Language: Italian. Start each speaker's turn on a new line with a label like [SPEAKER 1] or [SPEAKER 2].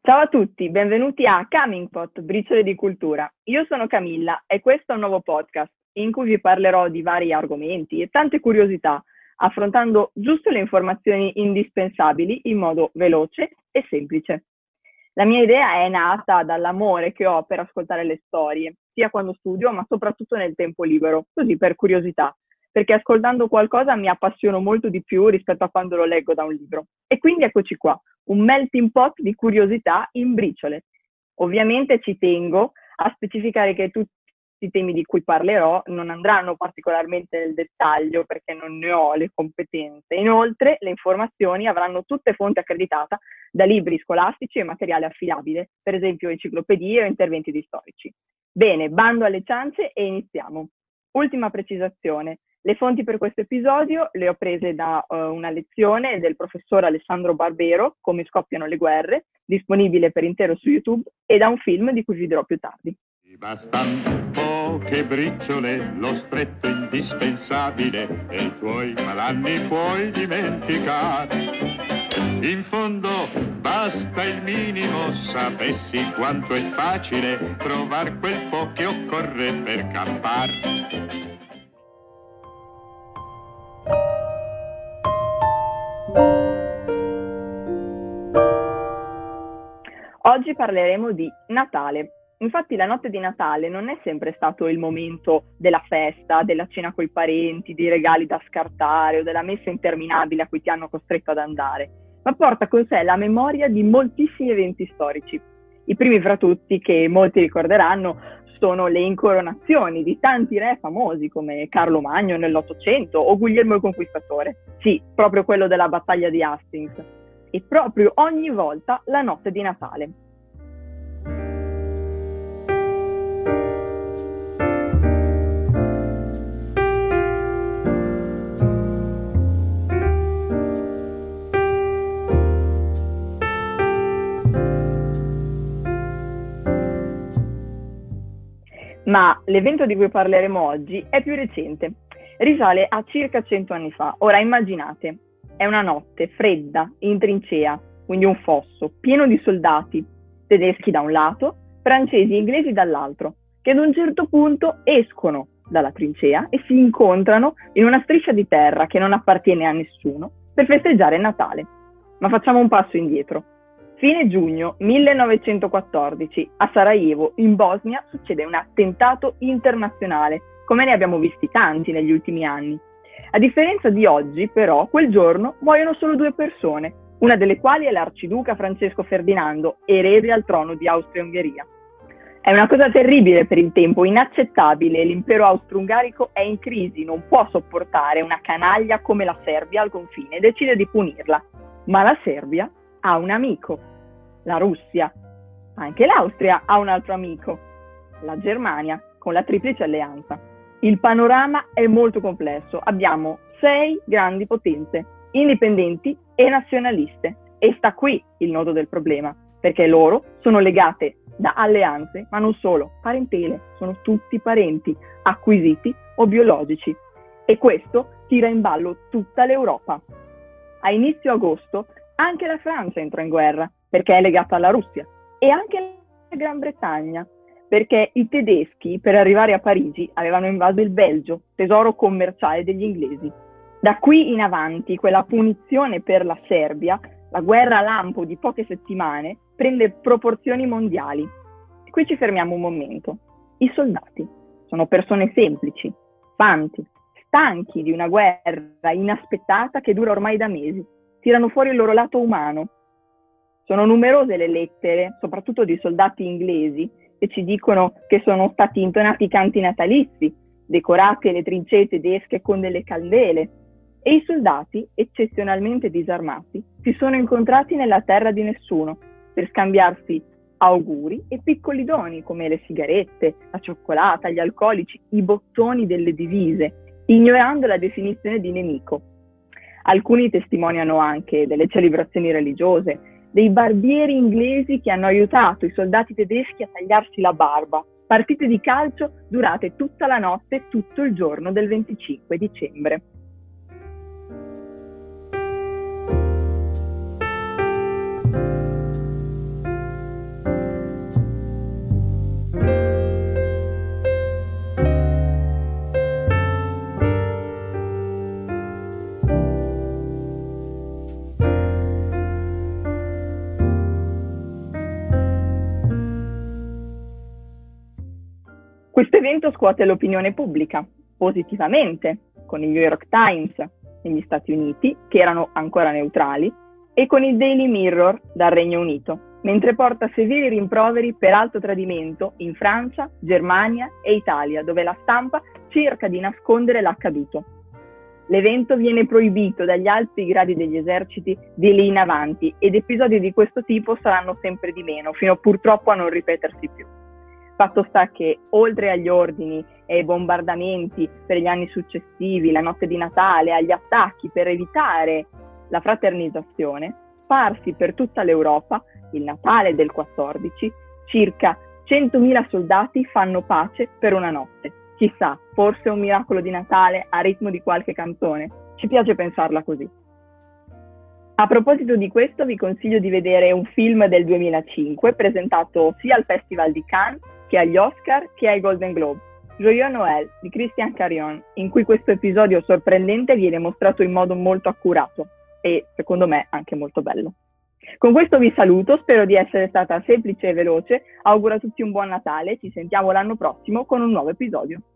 [SPEAKER 1] Ciao a tutti, benvenuti a Coming Pot, Briciole di Cultura. Io sono Camilla e questo è un nuovo podcast in cui vi parlerò di vari argomenti e tante curiosità, affrontando giusto le informazioni indispensabili in modo veloce e semplice. La mia idea è nata dall'amore che ho per ascoltare le storie, sia quando studio, ma soprattutto nel tempo libero, così per curiosità, perché ascoltando qualcosa mi appassiono molto di più rispetto a quando lo leggo da un libro. E quindi eccoci qua, un melting pot di curiosità in briciole. Ovviamente ci tengo a specificare che tutti i temi di cui parlerò non andranno particolarmente nel dettaglio perché non ne ho le competenze. Inoltre, le informazioni avranno tutte fonte accreditata da libri scolastici e materiale affidabile, per esempio enciclopedie o interventi di storici. Bene, bando alle ciance e iniziamo. Ultima precisazione. Le fonti per questo episodio le ho prese da una lezione del professor Alessandro Barbero, Come scoppiano le guerre, disponibile per intero su YouTube, e da un film di cui vi dirò più tardi.
[SPEAKER 2] Bastan poche briciole, lo stretto indispensabile, e i tuoi malanni puoi dimenticare. In fondo basta il minimo, sapessi quanto è facile trovar quel po' che occorre per campar.
[SPEAKER 1] Oggi parleremo di Natale. Infatti la notte di Natale non è sempre stato il momento della festa, della cena coi parenti, dei regali da scartare o della messa interminabile a cui ti hanno costretto ad andare, ma porta con sé la memoria di moltissimi eventi storici. I primi fra tutti, che molti ricorderanno, sono le incoronazioni di tanti re famosi come Carlo Magno nell'Ottocento o Guglielmo il Conquistatore. Sì, proprio quello della battaglia di Hastings. E proprio ogni volta la notte di Natale. Ma l'evento di cui parleremo oggi è più recente. Risale a circa 100 anni fa. Ora immaginate, è una notte fredda, in trincea, quindi un fosso, pieno di soldati, tedeschi da un lato, francesi e inglesi dall'altro, che ad un certo punto escono dalla trincea e si incontrano in una striscia di terra che non appartiene a nessuno per festeggiare Natale. Ma facciamo un passo indietro. Fine giugno 1914 a Sarajevo, in Bosnia, succede un attentato internazionale, come ne abbiamo visti tanti negli ultimi anni. A differenza di oggi, però, quel giorno muoiono solo 2 persone, una delle quali è l'arciduca Francesco Ferdinando, erede al trono di Austria-Ungheria. È una cosa terribile per il tempo, inaccettabile. L'impero austro-ungarico è in crisi, non può sopportare una canaglia come la Serbia al confine e decide di punirla. Ma la Serbia ha un amico, la Russia. Anche l'Austria ha un altro amico, la Germania, con la Triplice Alleanza. Il panorama è molto complesso. Abbiamo 6 grandi potenze, indipendenti e nazionaliste. E sta qui il nodo del problema, perché loro sono legate da alleanze, ma non solo, parentele, sono tutti parenti, acquisiti o biologici. E questo tira in ballo tutta l'Europa. A inizio agosto anche la Francia entra in guerra, perché è legata alla Russia, e anche la Gran Bretagna, perché i tedeschi, per arrivare a Parigi, avevano invaso il Belgio, tesoro commerciale degli inglesi. Da qui in avanti, quella punizione per la Serbia, la guerra lampo di poche settimane, prende proporzioni mondiali. E qui ci fermiamo un momento. I soldati sono persone semplici, fanti, stanchi di una guerra inaspettata che dura ormai da mesi. Tirano fuori il loro lato umano. Sono numerose le lettere, soprattutto di soldati inglesi, che ci dicono che sono stati intonati canti natalizi, decorate le trincee tedesche con delle candele, e i soldati, eccezionalmente disarmati, si sono incontrati nella terra di nessuno per scambiarsi auguri e piccoli doni come le sigarette, la cioccolata, gli alcolici, i bottoni delle divise, ignorando la definizione di nemico. Alcuni testimoniano anche delle celebrazioni religiose, dei barbieri inglesi che hanno aiutato i soldati tedeschi a tagliarsi la barba, partite di calcio durate tutta la notte e tutto il giorno del 25 dicembre. Questo evento scuote l'opinione pubblica positivamente con il New York Times negli Stati Uniti, che erano ancora neutrali, e con il Daily Mirror dal Regno Unito, mentre porta severi rimproveri per alto tradimento in Francia, Germania e Italia, dove la stampa cerca di nascondere l'accaduto. L'evento viene proibito dagli alti gradi degli eserciti di lì in avanti ed episodi di questo tipo saranno sempre di meno, fino purtroppo a non ripetersi più. Fatto sta che, oltre agli ordini e ai bombardamenti per gli anni successivi, la notte di Natale, agli attacchi per evitare la fraternizzazione, sparsi per tutta l'Europa, il Natale del 14, circa 100.000 soldati fanno pace per una notte. Chissà, forse un miracolo di Natale a ritmo di qualche canzone. Ci piace pensarla così. A proposito di questo, vi consiglio di vedere un film del 2005 presentato sia al Festival di Cannes che agli Oscar che ai Golden Globe, Joyeux Noël di Christian Carion, in cui questo episodio sorprendente viene mostrato in modo molto accurato e, secondo me, anche molto bello. Con questo vi saluto, spero di essere stata semplice e veloce, auguro a tutti un buon Natale, ci sentiamo l'anno prossimo con un nuovo episodio.